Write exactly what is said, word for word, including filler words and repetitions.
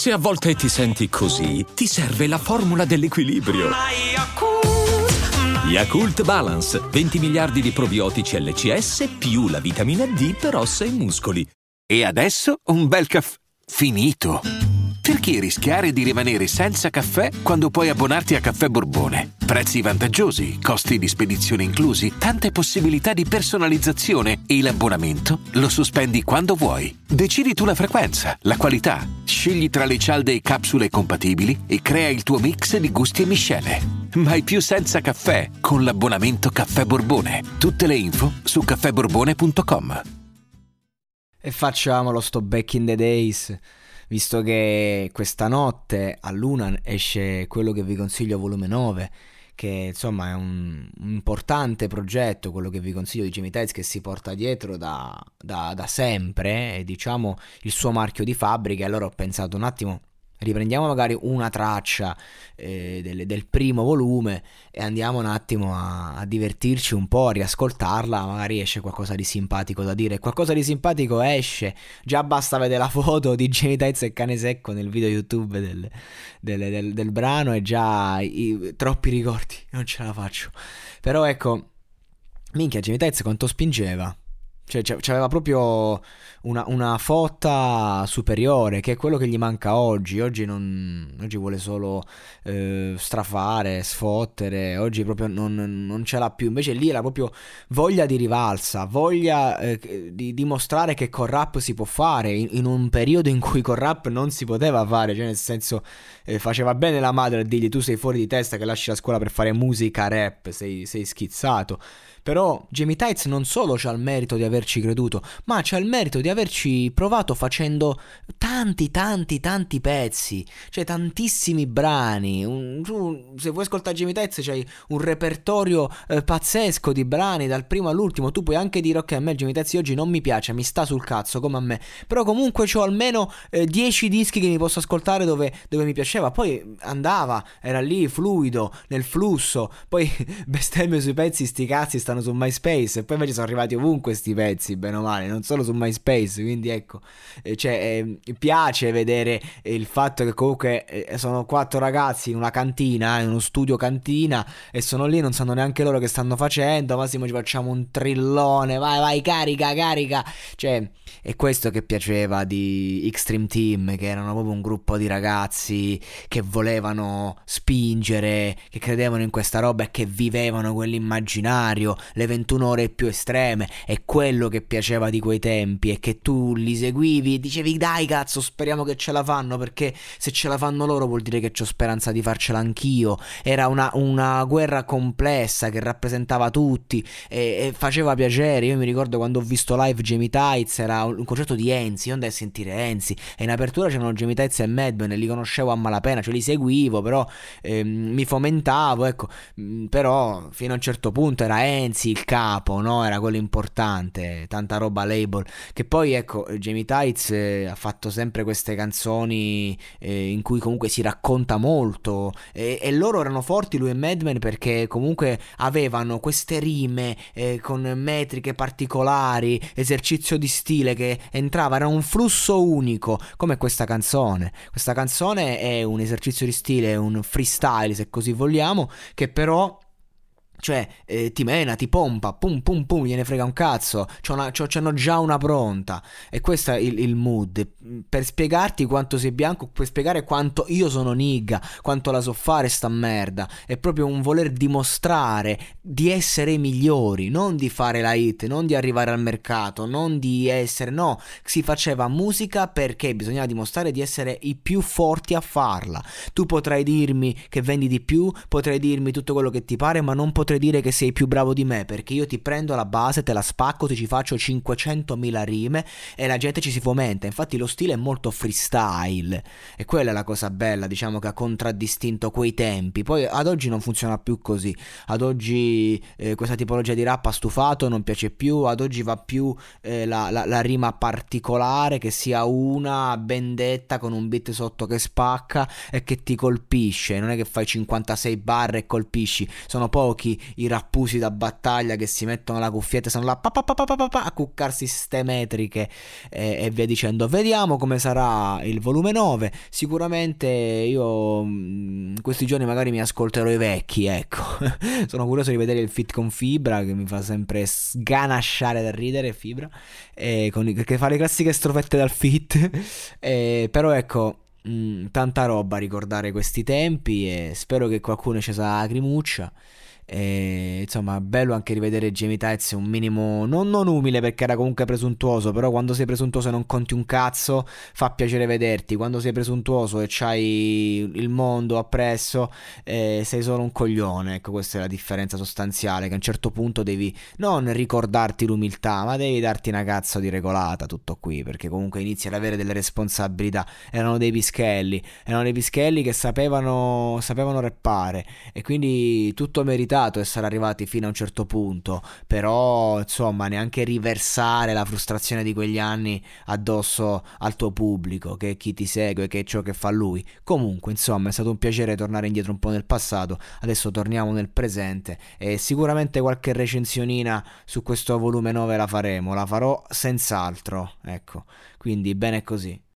Se a volte ti senti così, ti serve la formula dell'equilibrio. Yakult Balance, venti miliardi di probiotici L C S più la vitamina D per ossa e muscoli. E adesso un bel caffè finito. Perché rischiare di rimanere senza caffè quando puoi abbonarti a Caffè Borbone? Prezzi vantaggiosi, costi di spedizione inclusi, tante possibilità di personalizzazione e l'abbonamento lo sospendi quando vuoi. Decidi tu la frequenza, la qualità, scegli tra le cialde e capsule compatibili e crea il tuo mix di gusti e miscele. Mai più senza caffè con l'abbonamento Caffè Borbone. Tutte le info su caffè borbone punto com. E facciamolo sto Back in the Days, visto che questa notte a Luna esce quello che vi consiglio volume nove, che insomma è un, un importante progetto, quello che vi consiglio di Jamie Tights, che si porta dietro da, da, da sempre, è diciamo il suo marchio di fabbrica. E allora ho pensato un attimo, riprendiamo magari una traccia eh, del, del primo volume e andiamo un attimo a, a divertirci un po', a riascoltarla, magari esce qualcosa di simpatico da dire. Qualcosa di simpatico esce, già basta vedere la foto di Jamie Tights e Cane Secco nel video YouTube del, del, del, del brano e già i, troppi ricordi, non ce la faccio. Però ecco, minchia, Jamie Tights quanto spingeva. Cioè c'aveva proprio una, una fotta superiore, che è quello che gli manca oggi. Oggi non oggi vuole solo eh, strafare, sfottere. Oggi proprio non, non ce l'ha più. Invece lì era proprio voglia di rivalsa, voglia eh, di dimostrare che col rap si può fare in, in un periodo in cui col rap non si poteva fare. Cioè nel senso eh, faceva bene la madre a dirgli: tu sei fuori di testa che lasci la scuola per fare musica rap, sei, sei schizzato. Però Jamie Tights non solo c'ha il merito di averci creduto, ma c'ha il merito di averci provato facendo tanti tanti tanti pezzi, cioè tantissimi brani. Un, tu, se vuoi ascoltare Jamie Tights c'hai un repertorio eh, pazzesco di brani dal primo all'ultimo. Tu puoi anche dire: ok, a me Jamie Tights oggi non mi piace, mi sta sul cazzo come a me, però comunque c'ho almeno eh, dieci dischi che mi posso ascoltare dove, dove mi piaceva. Poi andava, era lì fluido, nel flusso. Poi bestemmio sui pezzi, sti cazzi stanno su MySpace, e poi invece sono arrivati ovunque sti pezzi, bene o male, non solo su MySpace. Quindi ecco, eh, cioè eh, piace vedere il fatto che comunque eh, sono quattro ragazzi in una cantina, in uno studio cantina, e sono lì, non sanno neanche loro che stanno facendo. Al massimo ci facciamo un trillone, vai vai carica carica. Cioè è questo che piaceva di Extreme Team, che erano proprio un gruppo di ragazzi che volevano spingere, che credevano in questa roba e che vivevano quell'immaginario, le ventuno ore più estreme. È quello che piaceva di quei tempi, e che tu li seguivi e dicevi: dai cazzo, speriamo che ce la fanno, perché se ce la fanno loro vuol dire che c'ho speranza di farcela anch'io. Era una, una guerra complessa che rappresentava tutti e, e faceva piacere. Io mi ricordo quando ho visto live Jamie Tights, era un, un concerto di Enzi, io andai a sentire Enzi e in apertura c'erano Jamie Tights e Madman, e li conoscevo a malapena, cioè li seguivo, però ehm, mi fomentavo, ecco. Però fino a un certo punto era Enzi il capo, no? Era quello importante, tanta roba label. Che poi ecco, Jamie Tights eh, ha fatto sempre queste canzoni eh, in cui comunque si racconta molto, e, e loro erano forti, lui e Madman, perché comunque avevano queste rime eh, con metriche particolari, esercizio di stile che entrava, era un flusso unico, come questa canzone. Questa canzone è un esercizio di stile, un freestyle se così vogliamo, che però cioè eh, ti mena, ti pompa, pum pum pum, gliene frega un cazzo, c'ho una, c'ho, c'hanno già una pronta. E questo è il, il mood, per spiegarti quanto sei bianco, per spiegare quanto io sono nigga, quanto la so fare sta merda. È proprio un voler dimostrare di essere i migliori, non di fare la hit, non di arrivare al mercato, non di essere, no, si faceva musica perché bisognava dimostrare di essere i più forti a farla. Tu potrai dirmi che vendi di più, potrai dirmi tutto quello che ti pare, ma non potrai dire che sei più bravo di me, perché io ti prendo la base, te la spacco, ti ci faccio cinquecentomila rime e la gente ci si fomenta. Infatti lo stile è molto freestyle, e quella è la cosa bella, diciamo, che ha contraddistinto quei tempi. Poi ad oggi non funziona più così. Ad oggi eh, questa tipologia di rap ha stufato, non piace più. Ad oggi va più eh, la, la, la rima particolare, che sia una ben detta con un beat sotto che spacca e che ti colpisce. Non è che fai cinquantasei barre e colpisci, sono pochi tutti i rappusi da battaglia che si mettono la cuffietta e sono là pa pa pa pa pa pa, a cuccarsi ste metriche e, e via dicendo. Vediamo come sarà il volume nove. Sicuramente io in questi giorni magari mi ascolterò i vecchi, ecco. Sono curioso di vedere il feat con Fibra, che mi fa sempre sganasciare da ridere. Fibra, e con, che fa le classiche strofette dal feat. E, però ecco, mh, tanta roba a ricordare questi tempi, e spero che qualcuno ci sa lacrimuccia. E, insomma, bello anche rivedere Jamie Tights un minimo non, non umile, perché era comunque presuntuoso, però quando sei presuntuoso e non conti un cazzo fa piacere vederti. Quando sei presuntuoso e c'hai il mondo appresso, eh, sei solo un coglione. Ecco, questa è la differenza sostanziale, che a un certo punto devi non ricordarti l'umiltà, ma devi darti una cazzo di regolata, tutto qui, perché comunque inizi ad avere delle responsabilità. Erano dei pischelli, erano dei pischelli che sapevano sapevano rappare, e quindi tutto meritato essere arrivati fino a un certo punto. Però insomma, neanche riversare la frustrazione di quegli anni addosso al tuo pubblico, che è chi ti segue, che è ciò che fa lui. Comunque insomma, è stato un piacere tornare indietro un po' nel passato. Adesso torniamo nel presente, e sicuramente qualche recensionina su questo volume nove la faremo, la farò senz'altro, ecco. Quindi bene così.